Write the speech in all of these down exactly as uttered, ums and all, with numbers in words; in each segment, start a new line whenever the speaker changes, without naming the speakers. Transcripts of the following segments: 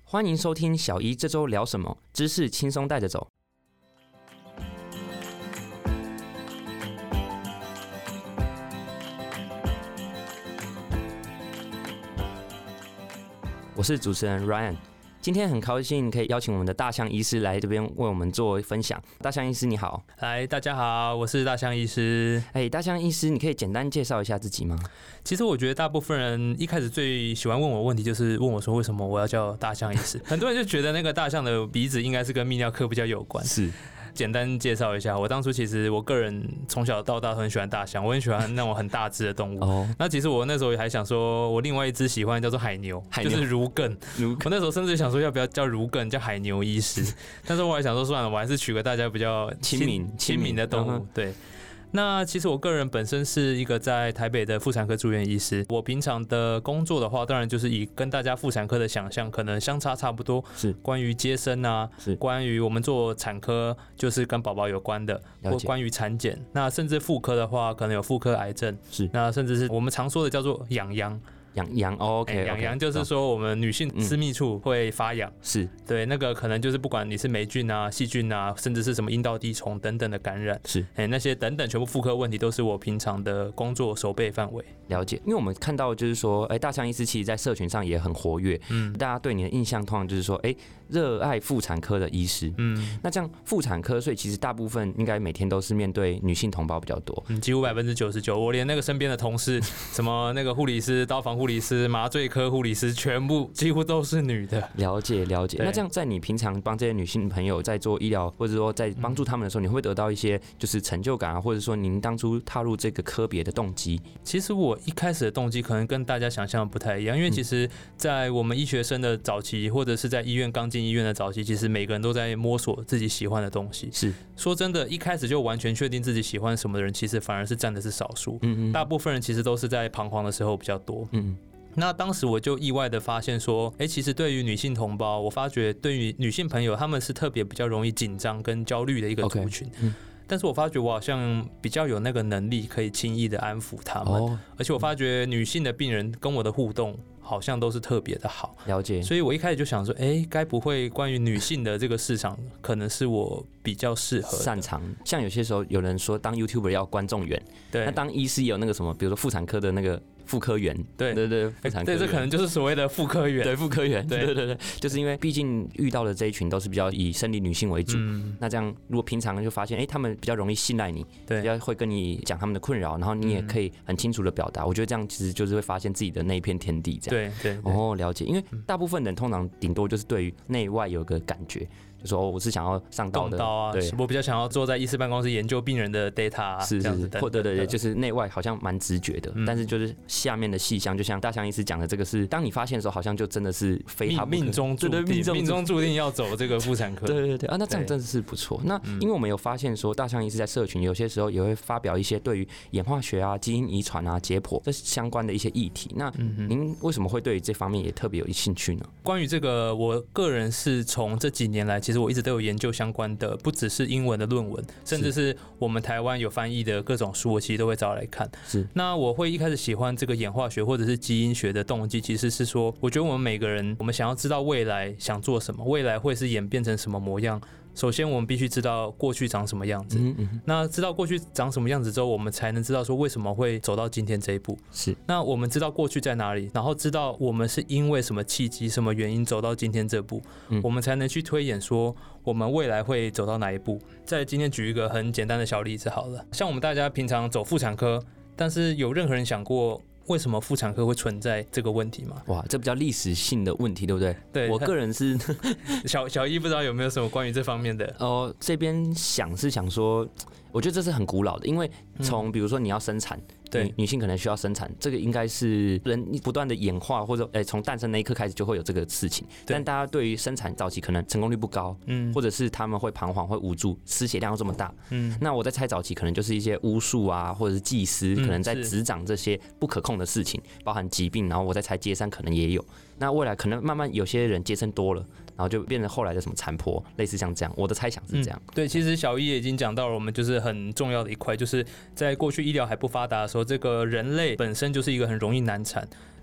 欢迎收听小一这周聊什么，知识轻松带着走。我是主持人 Ryan， 今天很高兴可以邀请我们的大象医师来这边为我们做分享。大象医师你好。
来，大家好，我是大象医师。
哎，大象医师，你可以简单介绍一下自己吗？
其实我觉得大部分人一开始最喜欢问我的问题就是问我说为什么我要叫大象医师。很多人就觉得那个大象的鼻子应该是跟泌尿科比较有关。
是。
简单介绍一下，我当初其实我个人从小到大都很喜欢大象，我很喜欢那种很大只的动物。哦、那其实我那时候还想说，我另外一只喜欢叫做海牛，海牛就是如艮。我那时候甚至想说要不要叫如艮，叫海牛医师。但是我还想说算了，我还是取个大家比较亲民亲民的动物。嗯、对。那其实我个人本身是一个在台北的妇产科住院医师，我平常的工作的话，当然就是以跟大家妇产科的想象可能相差差不多，是关于接生啊，是关于我们做产科就是跟宝宝有关的，或关于产检，那甚至妇科的话，可能有妇科癌症，是那甚至是我们常说的叫做痒痒。
痒痒 ，OK，
痒痒就是说我们女性私密处会发痒，嗯、是对那个可能就是不管你是霉菌啊、细菌啊，甚至是什么阴道滴虫等等的感染，是哎那些等等全部妇科问题都是我平常的工作守备范围。
了解，因为我们看到就是说，哎，大象医师其实在社群上也很活跃，嗯，大家对你的印象通常就是说，哎，热爱妇产科的医师，嗯，那这样妇产科，所以其实大部分应该每天都是面对女性同胞比较多，
嗯，几乎百分之九十九，我连那个身边的同事，什么那个护理师、刀房护理师、麻醉科护理师，全部几乎都是女的。
了解了解。那这样在你平常帮这些女性朋友在做医疗，或者说在帮助他们的时候，你会得到一些就是成就感啊，或者说您当初踏入这个科别的动机？
其实我一开始的动机可能跟大家想象的不太一样，因为其实，在我们医学生的早期，或者是在医院刚进医院的早期，其实每个人都在摸索自己喜欢的东西。是说真的，一开始就完全确定自己喜欢什么的人，其实反而是占的是少数。嗯嗯，大部分人其实都是在彷徨的时候比较多。嗯。那当时我就意外的发现说，哎、欸，其实对于女性同胞，我发觉对于女性朋友，她们是特别比较容易紧张跟焦虑的一个族群。Okay, 嗯、但是我发觉我好像比较有那个能力，可以轻易的安抚她们。哦、而且我发觉女性的病人跟我的互动好像都是特别的好。
了解。所
以我一开始就想说，哎、欸，该不会关于女性的这个市场，可能是我比较适合
擅长。像有些时候有人说，当 YouTuber 要观众缘，对，那当医师有那个什么，比如说妇产科的那个。妇科员，对对对，妇产科
对，这可能就是所谓的妇科员，
对妇科员，对对对对，就是因为毕竟遇到的这一群都是比较以生理女性为主，嗯、那这样如果平常就发现，哎、欸，他们比较容易信赖你，对，比较会跟你讲他们的困扰，然后你也可以很清楚的表达，我觉得这样其实就是会发现自己的那一片天地，这样，对对，哦，了解，因为大部分人通常顶多就是对于内外有个感觉。就说、哦、我是想要上刀的，
动刀啊，对，我比较想要坐在医师办公室研究病人的 data，、啊、是是是，
或者对对，就是内外好像蛮直觉的，嗯、但是就是下面的细项，就像大象医师讲的，这个是当你发现的时候，好像就真的是非他不可，
命中注定，命中命中注定要走这个妇产科，
对对对啊，那这样真的是不错。那因为我们有发现说，大象医师在社群有些时候也会发表一些对于演化学啊、基因遗传啊、解剖这相关的一些议题。那您为什么会对于这方面也特别有兴趣呢？
关于这个，我个人是从这几年来，其实我一直都有研究。相关的不只是英文的论文，甚至是我们台湾有翻译的各种书，我其实都会找来看。是，那我会一开始喜欢这个演化学或者是基因学的动机，其实是说，我觉得我们每个人，我们想要知道未来想做什么，未来会是演变成什么模样。首先，我们必须知道过去长什么样子。嗯嗯，那知道过去长什么样子之后，我们才能知道说为什么会走到今天这一步。是，那我们知道过去在哪里，然后知道我们是因为什么契机、什么原因走到今天这步，嗯、我们才能去推演说我们未来会走到哪一步。在今天举一个很简单的小例子好了，像我们大家平常走妇产科，但是有任何人想过？为什么妇产科会存在这个问题吗？
哇，这比较历史性的问题，对不对？对，我个人是
小小一，不知道有没有什么关于这方面的？
哦、呃，这边想是想说，我觉得这是很古老的，因为从比如说你要生产。嗯对，女性可能需要生产，这个应该是人不断的演化，或者诶从诞生那一刻开始就会有这个事情。但大家对于生产早期可能成功率不高，嗯，或者是他们会彷徨、会无助，失血量又这么大，嗯，那我在猜早期可能就是一些巫术啊，或者是祭司，可能在执掌这些不可控的事情，包含疾病，然后我在猜接生可能也有。那未来可能慢慢有些人接生多了，然后就变成后来的什么产婆，类似像这样。我的猜想是这样。
嗯、对，其实小一也已经讲到了，我们就是很重要的一块，就是在过去医疗还不发达的时候，这个人类本身就是一个很容易难产。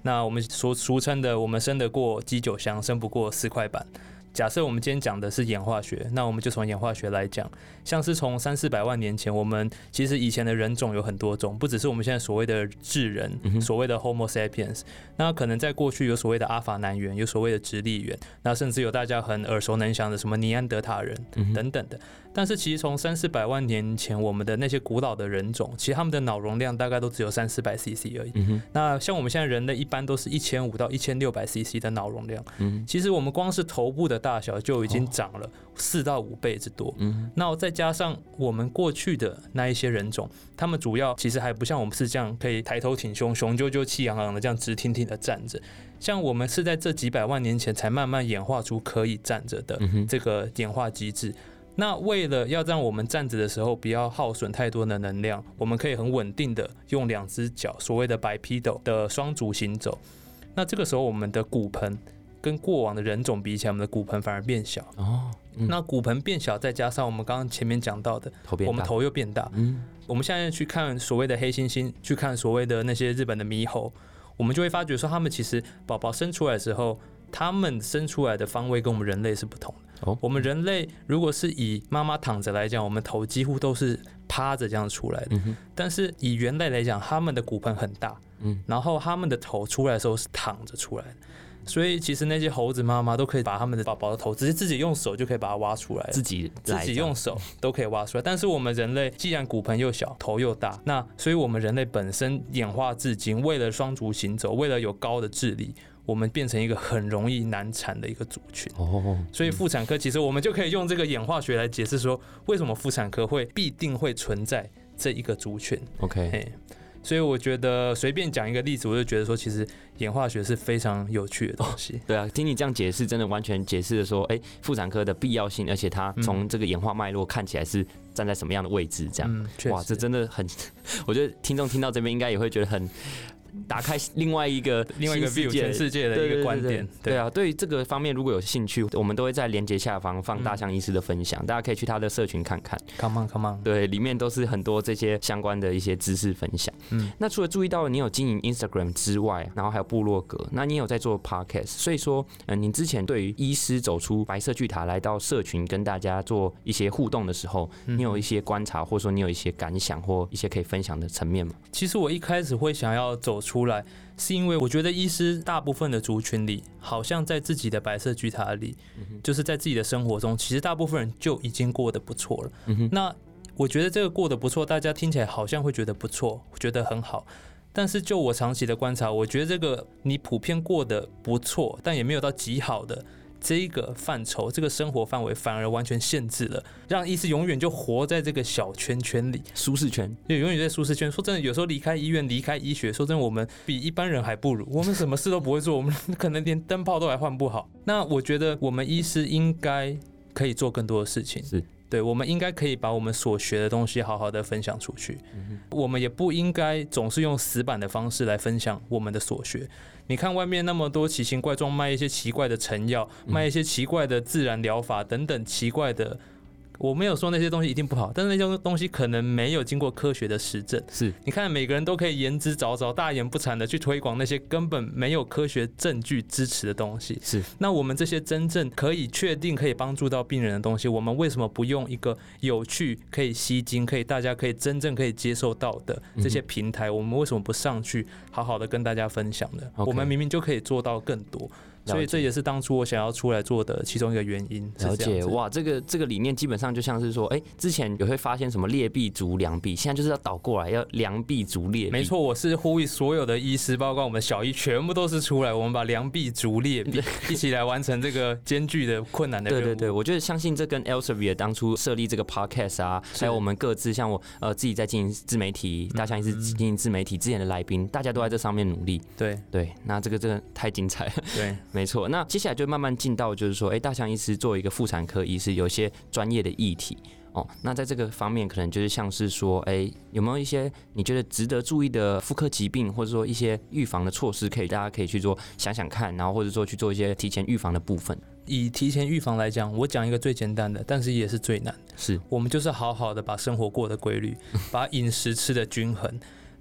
那我们所俗称的，我们生得过鸡酒香，生不过四块板。假设我们今天讲的是演化学，那我们就从演化学来讲，像是从三四百万年前，我们其实以前的人种有很多种，不只是我们现在所谓的智人，嗯、所谓的 Homo sapiens， 那可能在过去有所谓的阿法南猿，有所谓的直立猿，那甚至有大家很耳熟能详的什么尼安德塔人等等的。但是其实从三四百万年前，我们的那些古老的人种，其实他们的脑容量大概都只有三四百 C C 而已。嗯、那像我们现在人类一般都是一千五到一千六百 C C 的脑容量。嗯、其实我们光是头部的大小就已经长了四到五倍之多。嗯、那再加上我们过去的那一些人种，他们主要其实还不像我们是这样可以抬头挺胸、雄赳赳、气昂昂的这样直挺挺的站着。像我们是在这几百万年前才慢慢演化出可以站着的这个演化机制。那为了要让我们站着的时候不要耗损太多的能量，我们可以很稳定的用两只脚，所谓的 bipedal 的双足行走。那这个时候我们的骨盆跟过往的人种比起来，我们的骨盆反而变小。哦嗯、那骨盆变小，再加上我们刚刚前面讲到的，我们头又变大。嗯、我们现在去看所谓的黑猩猩，去看所谓的那些日本的猕猴，我们就会发觉说，他们其实宝宝生出来的时候，他们生出来的方位跟我们人类是不同的。哦、我们人类如果是以妈妈躺着来讲，我们头几乎都是趴着这样出来的。嗯、但是以人类来讲，他们的骨盆很大，嗯、然后他们的头出来的时候是躺着出来的。所以其实那些猴子妈妈都可以把他们的宝宝的头直接自己用手就可以把它挖出来，
自己
自己用手都可以挖出来。但是我们人类既然骨盆又小，头又大，那所以我们人类本身演化至今，为了双足行走，为了有高的智力，我们变成一个很容易难产的一个族群。哦，所以妇产科其实我们就可以用这个演化学来解释说，为什么妇产科会必定会存在这一个族群。
OK。
所以我觉得随便讲一个例子，我就觉得说，其实演化学是非常有趣的东西。
哦、对啊，听你这样解释，真的完全解释了说，哎、欸，妇产科的必要性，而且它从这个演化脉络看起来是站在什么样的位置，这样。嗯、哇，这真的很，我觉得听众听到这边应该也会觉得很。打开另外一个
另外一个 view 全世界的一个观点，对, 对, 对, 对,
对啊，对于这个方面如果有兴趣，我们都会在连结下方放大象医师的分享，嗯、大家可以去他的社群看看。
Come on, come on，
对，里面都是很多这些相关的一些知识分享。嗯，那除了注意到你有经营 Instagram 之外，然后还有部落格，那你也有在做 Podcast， 所以说，嗯，你之前对于医师走出白色巨塔来到社群跟大家做一些互动的时候，嗯、你有一些观察，或者说你有一些感想或一些可以分享的层面吗？
其实我一开始会想要走出来。是因为我觉得医师大部分的族群里，好像在自己的白色巨塔里，嗯、就是在自己的生活中，其实大部分人就已经过得不错了。嗯、那我觉得这个过得不错，大家听起来好像会觉得不错，觉得很好。但是就我长期的观察，我觉得这个你普遍过得不错，但也没有到极好的。这一个范畴，这个生活范围反而完全限制了，让医师永远就活在这个小圈圈里，
舒适圈，
对，永远在舒适圈。说真的，有时候离开医院、离开医学，说真的，我们比一般人还不如，我们什么事都不会做，我们可能连灯泡都还换不好。那我觉得我们医师应该可以做更多的事情，
是
对，我们应该可以把我们所学的东西好好的分享出去。嗯、我们也不应该总是用死板的方式来分享我们的所学。你看外面那么多奇形怪状，卖一些奇怪的成药，卖一些奇怪的自然疗法等等奇怪的，我没有说那些东西一定不好，但是那些东西可能没有经过科学的实证。
是，你
看每个人都可以言之凿凿、大言不惭的去推广那些根本没有科学证据支持的东西。
是，
那我们这些真正可以确定可以帮助到病人的东西，我们为什么不用一个有趣、可以吸睛、可以大家可以真正可以接受到的这些平台？嗯、我们为什么不上去好好的跟大家分享呢？ Okay. 我们明明就可以做到更多。所以这也是当初我想要出来做的其中一个原因。
了解，哇，这个这个理念基本上就像是说，哎、欸，之前也会发现什么劣币逐良币，现在就是要倒过来，要良币逐劣币。
没错，我是呼吁所有的医师，包括我们小医，全部都是出来，我们把良币逐劣币，一起来完成这个艰巨的困难的任务。
对对对，我觉得相信这跟 Elsevier 当初设立这个 podcast 啊，还有我们各自像我呃自己在经营自媒体，大象医师经营自媒体之前的来宾，大家都在这上面努力。
对
对，那这个真的太精彩了。
对。
没错，那接下来就慢慢进到就是说，哎、欸，大象医师作为一个妇产科医师，有一些专业的议题哦。那在这个方面，可能就是像是说，哎、欸，有没有一些你觉得值得注意的妇科疾病，或者说一些预防的措施，可以大家可以去做想想看，然后或者说去做一些提前预防的部分。
以提前预防来讲，我讲一个最简单的，但是也是最难的，
是我
们就是好好的把生活过得规律，把饮食吃得均衡。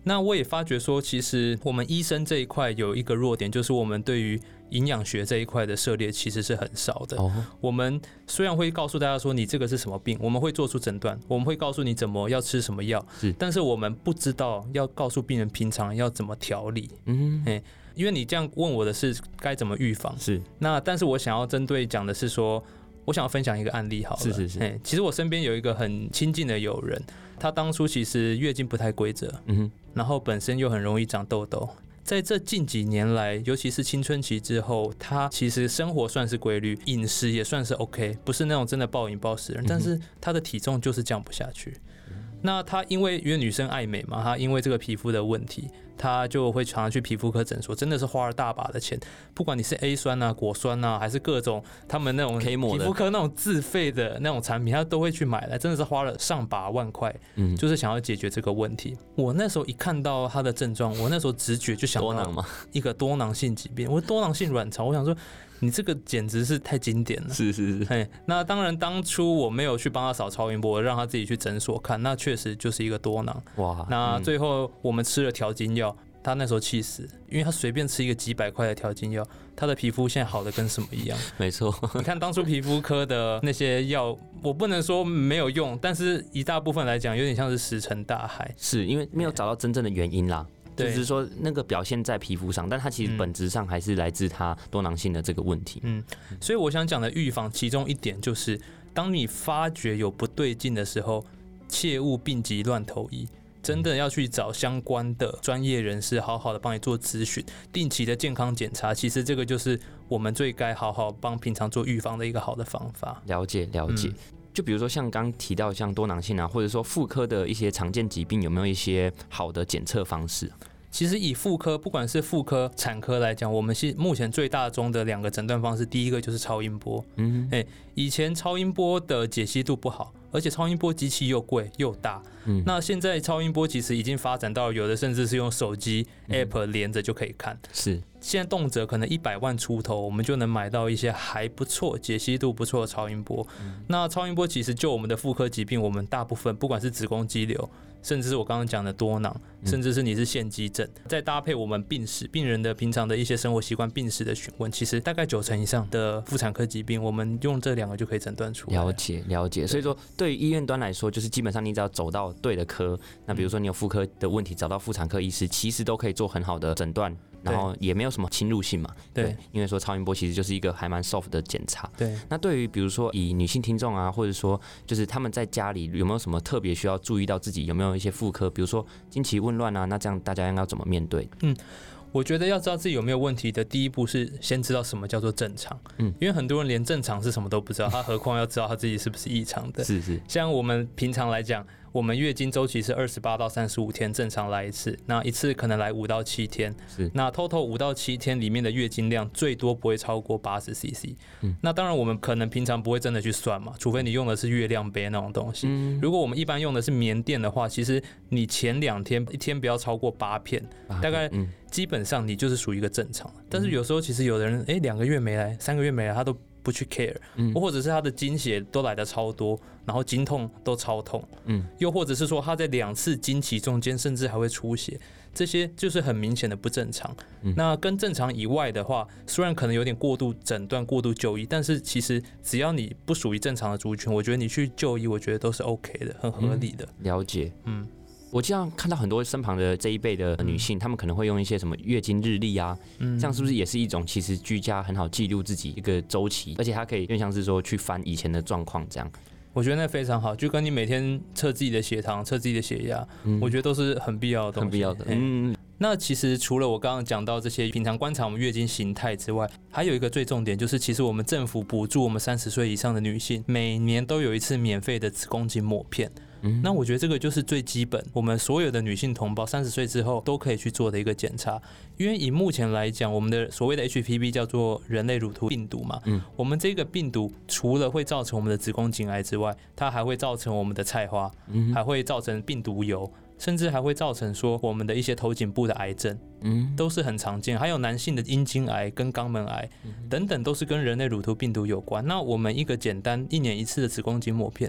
那我也发觉说，其实我们医生这一块有一个弱点，就是我们对于营养学这一块的涉猎其实是很少的。Oh. 我们虽然会告诉大家说你这个是什么病，我们会做出诊断，我们会告诉你怎么要吃什么药，但是我们不知道要告诉病人平常要怎么调理。嗯、欸，因为你这样问我的是该怎么预防，
是
那但是我想要针对讲的是说，我想要分享一个案例好了。
是是是、欸，
其实我身边有一个很亲近的友人，他当初其实月经不太规则，嗯哼，然后本身又很容易长痘痘。在这近几年来，尤其是青春期之后，他其实生活算是规律，饮食也算是 OK， 不是那种真的暴饮暴食的人，但是他的体重就是降不下去。那他因为因为女生爱美嘛，他因为这个皮肤的问题，他就会常常去皮肤科诊所，真的是花了大把的钱，不管你是 A 酸啊、果酸啊，还是各种他们那种皮肤科那种自费的那种产品，他都会去买来，真的是花了上百万块，嗯，就是想要解决这个问题。我那时候一看到他的症状，我那时候直觉就想到一个多囊性疾病，我多囊性卵巢，我想说。你这个简直是太经典了，
是是是。
那当然，当初我没有去帮他扫超音波，让他自己去诊所看，那确实就是一个多囊。哇！那最后我们吃了调经药，他那时候气死，因为他随便吃一个几百块的调经药，他的皮肤现在好的跟什么一样。
没错，
你看当初皮肤科的那些药，我不能说没有用，但是一大部分来讲，有点像是石沉大海。
是因为没有找到真正的原因啦。就是说，那个表现在皮肤上，但它其实本质上还是来自它多囊性的这个问题。
嗯，所以我想讲的预防，其中一点就是，当你发觉有不对劲的时候，切勿病急乱投医，真的要去找相关的专业人士，好好的帮你做咨询，定期的健康检查。其实这个就是我们最该好好帮平常做预防的一个好的方法。
了解，了解。嗯，就比如说像刚提到像多囊性啊，或者说妇科的一些常见疾病，有没有一些好的检测方式？
其实以妇科，不管是妇科、产科来讲，我们是目前最大宗的两个诊断方式，第一个就是超音波。嗯，哎，以前超音波的解析度不好，而且超音波机器又贵又大。嗯，那现在超音波其实已经发展到有的甚至是用手机 App 连着就可以看。
是，
现在动辄可能一百万出头，我们就能买到一些还不错、解析度不错的超音波。嗯，那超音波其实就我们的妇科疾病，我们大部分不管是子宫肌瘤，甚至是我刚刚讲的多囊，甚至是你是腺肌症，再搭配我们病史、病人的平常的一些生活习惯、病史的询问，其实大概九成以上的妇产科疾病，我们用这两个就可以诊断出来。
了解，了解。所以说，对于医院端来说，就是基本上你只要走到对的科，那比如说你有妇科的问题，找到妇产科医师，其实都可以做很好的诊断。然后也没有什么侵入性嘛， 对, 对，因为说超音波其实就是一个还蛮 soft 的检查。
对，
那对于比如说以女性听众啊，或者说就是他们在家里有没有什么特别需要注意到自己有没有一些妇科，比如说经期紊乱啊，那这样大家应该要怎么面对？
嗯。我觉得要知道自己有没有问题的第一步是先知道什么叫做正常，嗯，因为很多人连正常是什么都不知道，他何况要知道他自己是不是异常的。
是是，
像我们平常来讲，我们月经周期是二十八到三十五天，正常来一次，那一次可能来五到七天，
是，
那 total 五到七天里面的月经量最多不会超过八十 C C，嗯，那当然我们可能平常不会真的去算嘛，除非你用的是月亮杯那种东西，嗯，如果我们一般用的是棉垫的话，其实你前两天一天不要超过八片，大概基本上你就是属于一个正常，但是有时候其实有的人哎两个月没来，三个月没来，他都不去 care，嗯，或者是他的经血都来得超多，然后经痛都超痛，嗯，又或者是说他在两次经期中间甚至还会出血，这些就是很明显的不正常。嗯，那跟正常以外的话，虽然可能有点过度诊断、过度就医，但是其实只要你不属于正常的族群，我觉得你去就医，我觉得都是 OK 的，很合理的。
嗯，了解，嗯。我经常看到很多身旁的这一辈的女性，她、嗯、们可能会用一些什么月经日历啊，嗯，这样是不是也是一种其实居家很好记录自己一个周期，而且它可以更像是说去翻以前的状况这样。
我觉得那非常好，就跟你每天测自己的血糖、测自己的血压，嗯，我觉得都是很必要的东西，
很必要的。嗯，
那其实除了我刚刚讲到这些平常观察我们月经形态之外，还有一个最重点就是，其实我们政府补助我们三十岁以上的女性，每年都有一次免费的子宫颈抹片。那我觉得这个就是最基本，我们所有的女性同胞三十岁之后都可以去做的一个检查。因为以目前来讲，我们的所谓的 H P V 叫做人类乳头病毒嘛，嗯，我们这个病毒除了会造成我们的子宫颈癌之外，它还会造成我们的菜花，嗯，还会造成病毒疣，甚至还会造成说我们的一些头颈部的癌症，嗯，都是很常见。还有男性的阴茎癌跟肛门癌等等，都是跟人类乳头病毒有关。那我们一个简单一年一次的子宫颈抹片，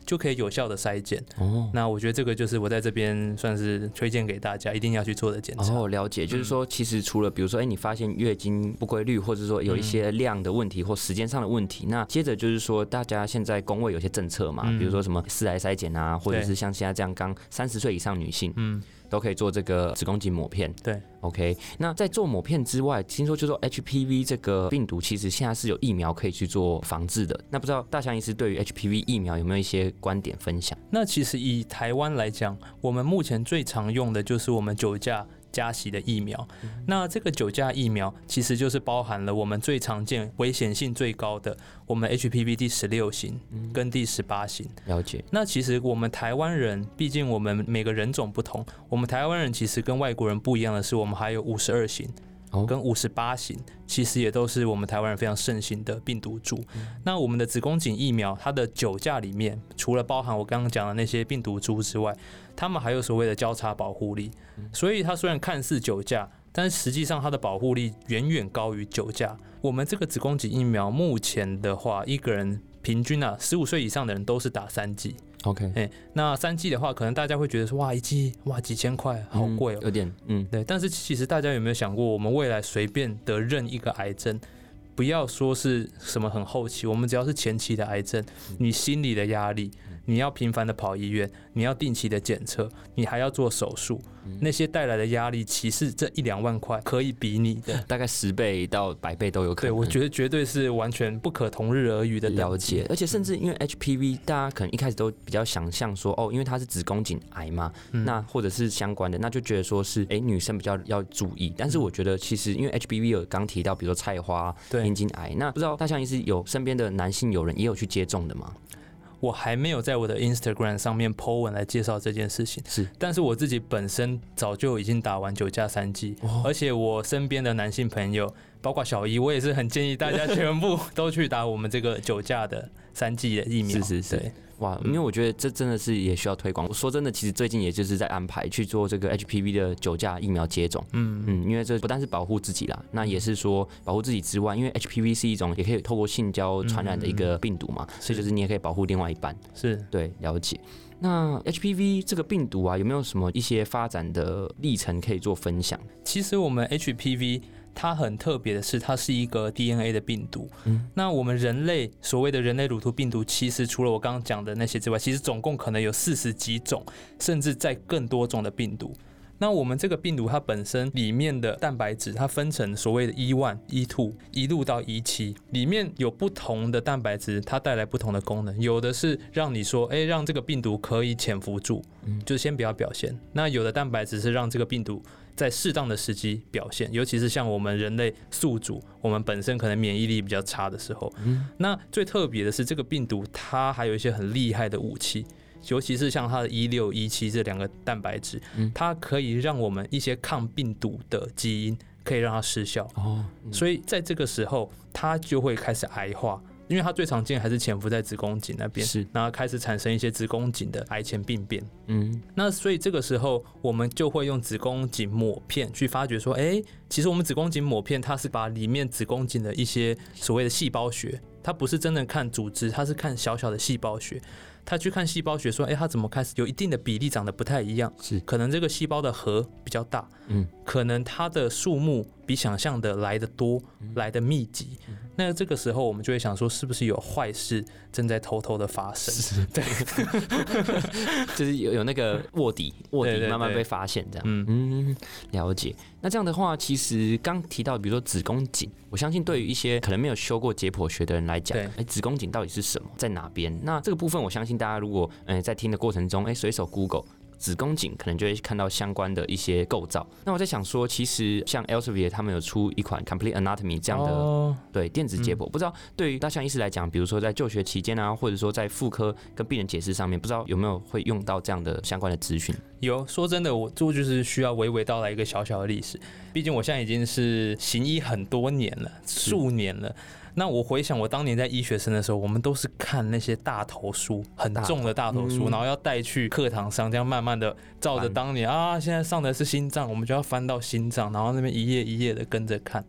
就可以有效的筛检。哦，那我觉得这个就是我在这边算是推荐给大家一定要去做的检查。
哦，了解，就是说其实除了比如说，哎、欸，你发现月经不规律，或者说有一些量的问题或时间上的问题，嗯、那接着就是说，大家现在公卫有些政策嘛，嗯、比如说什么四癌筛检啊，或者是像现在这样刚三十岁以上女性，嗯。都可以做这个子宫颈抹片。
对
，OK。那在做抹片之外，听说就说 H P V 这个病毒其实现在是有疫苗可以去做防治的。那不知道大象医师对于 H P V 疫苗有没有一些观点分享？
那其实以台湾来讲，我们目前最常用的就是我们九价加息的疫苗。嗯、那这个九价疫苗其实就是包含了我们最常见、危险性最高的我们 H P V 第十六型跟第十八型。
了解。
那其实我们台湾人，毕竟我们每个人种不同，我们台湾人其实跟外国人不一样的是，我们还有五十二型。跟五十八型其实也都是我们台湾人非常盛行的病毒株。嗯、那我们的子宫颈疫苗，它的九价里面，除了包含我刚刚讲的那些病毒株之外，它们还有所谓的交叉保护力。嗯、所以它虽然看似九价，但是实际上它的保护力远远高于九价。我们这个子宫颈疫苗目前的话，一个人平均啊，十五岁以上的人都是打三剂。
OK，
欸、那三剂的话，可能大家会觉得说，哇，一剂哇几千块，好贵哦、喔
嗯，有点，嗯，
对。但是其实大家有没有想过，我们未来随便得任一个癌症，不要说是什么很后期，我们只要是前期的癌症，你心理的压力，你要频繁的跑医院，你要定期的检测，你还要做手术，那些带来的压力，其实这一两万块可以比拟的，
大概十倍到百倍都有可能。
对，我觉得绝对是完全不可同日而语的
了解。而且甚至因为 H P V， 大家可能一开始都比较想象说，哦，因为它是子宫颈癌嘛，嗯、那或者是相关的，那就觉得说是，哎、欸，女生比较要注意。但是我觉得其实因为 H P V 有刚提到，比如说菜花、阴茎癌，那不知道大象医师有身边的男性友人也有去接种的吗？
我还没有在我的 Instagram 上面 po 文来介绍这件事情，
是，
但是我自己本身早就已经打完九价三剂，哦、而且我身边的男性朋友，包括小姨，我也是很建议大家全部都去打我们这个九价的三剂的疫苗。
是是是。对，哇，因为我觉得这真的是也需要推广。说真的，其实最近也就是在安排去做这个 H P V 的九价疫苗接种。嗯嗯，因为这不但是保护自己啦，那也是说保护自己之外，因为 H P V 是一种也可以透过性交传染的一个病毒嘛，嗯、所以就是你也可以保护另外一半。
是，
对，了解。那 H P V 这个病毒啊，有没有什么一些发展的历程可以做分享？
其实我们 H P V。它很特别的是，它是一个 D N A 的病毒。嗯，那我们人类所谓的人类乳头病毒，其实除了我刚刚讲的那些之外，其实总共可能有四十几种，甚至在更多种的病毒。那我们这个病毒它本身里面的蛋白质，它分成所谓的 E 一、E 二，一路到 E 七，里面有不同的蛋白质，它带来不同的功能。有的是让你说，哎、欸，让这个病毒可以潜伏住，嗯，就先不要表现。那有的蛋白质是让这个病毒在适当的时机表现，尤其是像我们人类宿主，我们本身可能免疫力比较差的时候。嗯，那最特别的是，这个病毒它还有一些很厉害的武器。尤其是像它的一六一七这两个蛋白质，嗯、它可以让我们一些抗病毒的基因可以让它失效。哦，嗯、所以在这个时候，它就会开始癌化，因为它最常见还是潜伏在子宫颈那边，是，然后开始产生一些子宫颈的癌前病变。嗯，那所以这个时候，我们就会用子宫颈抹片去发觉说，哎、欸，其实我们子宫颈抹片，它是把里面子宫颈的一些所谓的细胞学，它不是真的看组织，它是看小小的细胞学。他去看细胞学说，哎、欸，它怎么开始有一定的比例长得不太一样？是，可能这个细胞的核比较大，嗯，可能它的数目比想象的来得多，嗯、来得密集。嗯、那这个时候我们就会想说，是不是有坏事正在偷偷的发生？对，
就是有有那个卧底，卧底慢慢被发现这样。嗯嗯，了解。那这样的话，其实刚提到，比如说子宫颈，我相信对于一些可能没有修过解剖学的人来讲，哎、欸，子宫颈到底是什么，在哪边？那这个部分，我相信大家如果呃在听的过程中，哎、欸，随手 Google 子宫颈，可能就会看到相关的一些构造。那我在想说，其实像 Elsevier 他们有出一款 Complete Anatomy 这样的、哦、对电子解剖，嗯、不知道对于大象医师来讲，比如说在就学期间啊，或者说在妇科跟病人解释上面，不知道有没有会用到这样的相关的资讯？
有，说真的，我这就是需要娓娓道来一个小小的历史。毕竟我现在已经是行医很多年了，数年了。那我回想我当年在医学生的时候，我们都是看那些大头书，很重的大头书，嗯、然后要带去课堂上，这样慢慢的照着当年啊，现在上的是心脏，我们就要翻到心脏，然后那边一页一页的跟着看。是，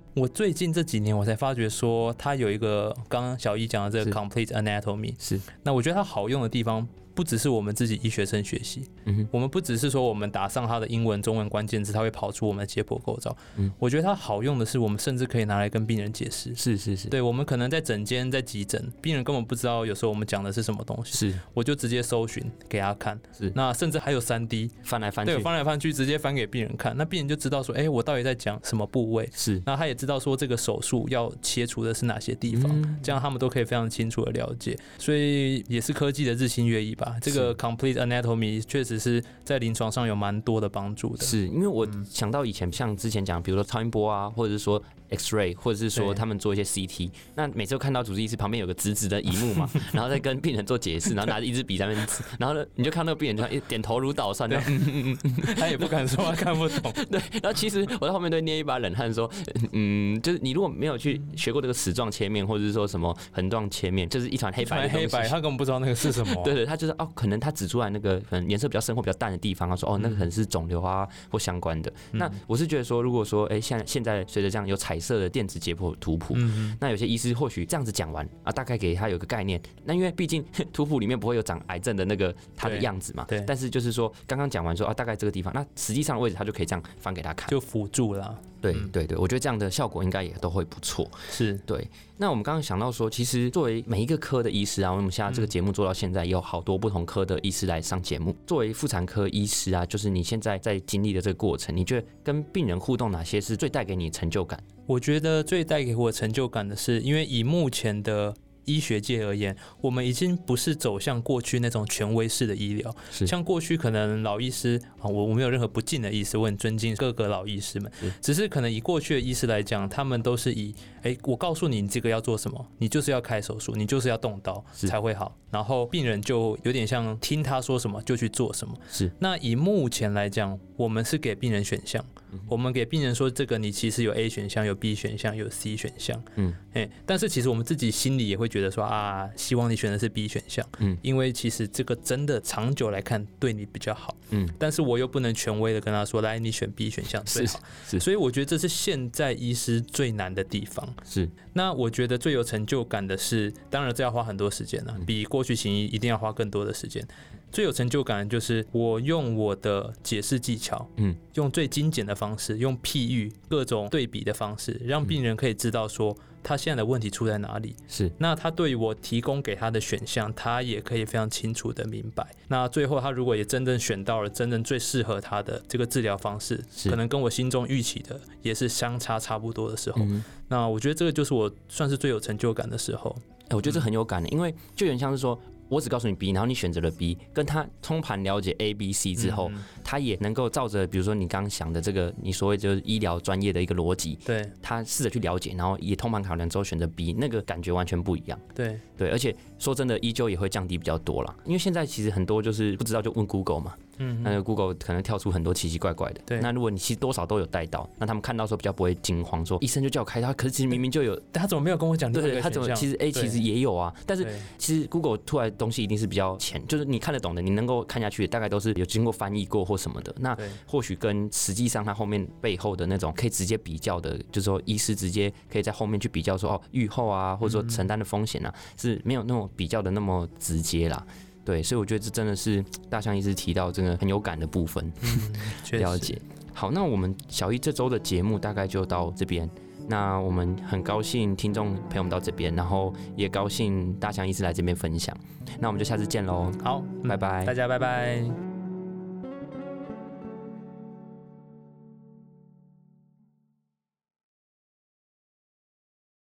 我最近这几年我才发觉说，它有一个刚刚小一讲的这个 complete anatomy，
是，
那我觉得它好用的地方。不只是我们自己医学生学习，嗯、我们不只是说我们打上它的英文、中文关键字，它会跑出我们的解剖构造。嗯、我觉得它好用的是，我们甚至可以拿来跟病人解释。
是是是，
对，我们可能在诊间、在急诊，病人根本不知道有时候我们讲的是什么东西，是，我就直接搜寻给他看。是，那甚至还有三 D
翻来翻去，
对，翻来翻去直接翻给病人看，那病人就知道说，哎、欸，我到底在讲什么部位？是，那他也知道说这个手术要切除的是哪些地方，嗯、这样他们都可以非常清楚的了解。所以也是科技的日新月异吧。这个 complete anatomy 确实是在临床上有蛮多的帮助的。
是因为我想到以前像之前讲，比如说超音波啊，或者是说 X-ray， 或者是说他们做一些 C T， 那每次都看到主治医师旁边有个直直的萤幕嘛，然后再跟病人做解释，然后拿着一支笔在那边指，然后呢你就看到那个病人就点头如捣蒜，
他也不敢说他看不懂。
对，然后其实我在后面都捏一把冷汗说，嗯，就是你如果没有去学过这个矢状切面，或者是说什么横状切面，就是一团黑白的东西，
黑白，他根本不知道那个是什么、啊。
对对，他就是哦，可能他指出来那个可能颜色比较深或比较淡的地方，他说哦，那个可能是肿瘤啊或相关的。嗯、那我是觉得说，如果说哎，现在现在随着这样有彩色的电子解剖图谱，嗯、那有些医师或许这样子讲完啊，大概给他有个概念。那因为毕竟图谱里面不会有长癌症的那个他的样子嘛，对。但是就是说，刚刚讲完说啊，大概这个地方，那实际上的位置他就可以这样翻给他看，
就辅助啦。
对对对，我觉得这样的效果应该也都会不错。
是
对。那我们刚刚想到说，其实作为每一个科的医师啊，我们现在这个节目做到现在，也有好多不同科的医师来上节目。作为妇产科医师啊，就是你现在在经历的这个过程，你觉得跟病人互动哪些是最带给你成就感？
我觉得最带给我成就感的是，因为以目前的医学界而言，我们已经不是走向过去那种权威式的医疗。像过去可能老医师啊，我我没有任何不敬的意思，我很尊敬各个老医师们。只是可能以过去的医师来讲，他们都是以，哎、欸，我告诉你，你这个要做什么，你就是要开手术，你就是要动刀才会好。然后病人就有点像听他说什么就去做什么。是。那以目前来讲，我们是给病人选项。我们给病人说，这个你其实有 A 选项，有 B 选项，有 C 选项，嗯，哎，但是其实我们自己心里也会觉得说啊，希望你选的是 B 选项，嗯，因为其实这个真的长久来看对你比较好，嗯，但是我又不能权威的跟他说，来你选 B 选项最好，是，是，所以我觉得这是现在医师最难的地方，是。那我觉得最有成就感的是，当然这要花很多时间了，比过去行医一定要花更多的时间。最有成就感的就是我用我的解释技巧，嗯，用最精简的方式，用譬喻、各种对比的方式，让病人可以知道说他现在的问题出在哪里。是，那他对于我提供给他的选项，他也可以非常清楚的明白。那最后他如果也真正选到了真正最适合他的这个治疗方式，可能跟我心中预期的也是相差差不多的时候，嗯、那我觉得这个就是我算是最有成就感的时候。
欸、我觉得这很有感的，因为就有点像是说，我只告诉你 B， 然后你选择了 B， 跟他通盘了解 A、B、C 之后，嗯、他也能够照着，比如说你刚刚想的这个，你所谓就是医疗专业的一个逻辑，对，他试着去了解，然后也通盘考量之后选择 B， 那个感觉完全不一样。对对，而且说真的，依旧也会降低比较多啦，因为现在其实很多就是不知道就问 Google 嘛。嗯，那个 Google 可能跳出很多奇奇怪怪的。对，那如果你其实多少都有带到，那他们看到说比较不会惊慌，说医生就叫我开刀，可是其实明明就有，
他怎么没有跟我讲？
对，他怎么其实 A 其实也有啊，但是其实 Google 出来的东西一定是比较浅，就是你看得懂的，你能够看下去的，大概都是有经过翻译过或什么的。那或许跟实际上他后面背后的那种可以直接比较的，就是说医师直接可以在后面去比较说哦预後啊，或者说承担的风险啊，是没有那种比较的那么直接啦。对，所以我觉得这真的是大象医师提到这个很有感的部分。嗯，了解。好，那我们小一这周的节目大概就到这边。那我们很高兴听众陪我们到这边，然后也高兴大象医师来这边分享。那我们就下次见喽。
好，
拜拜，
大家拜拜。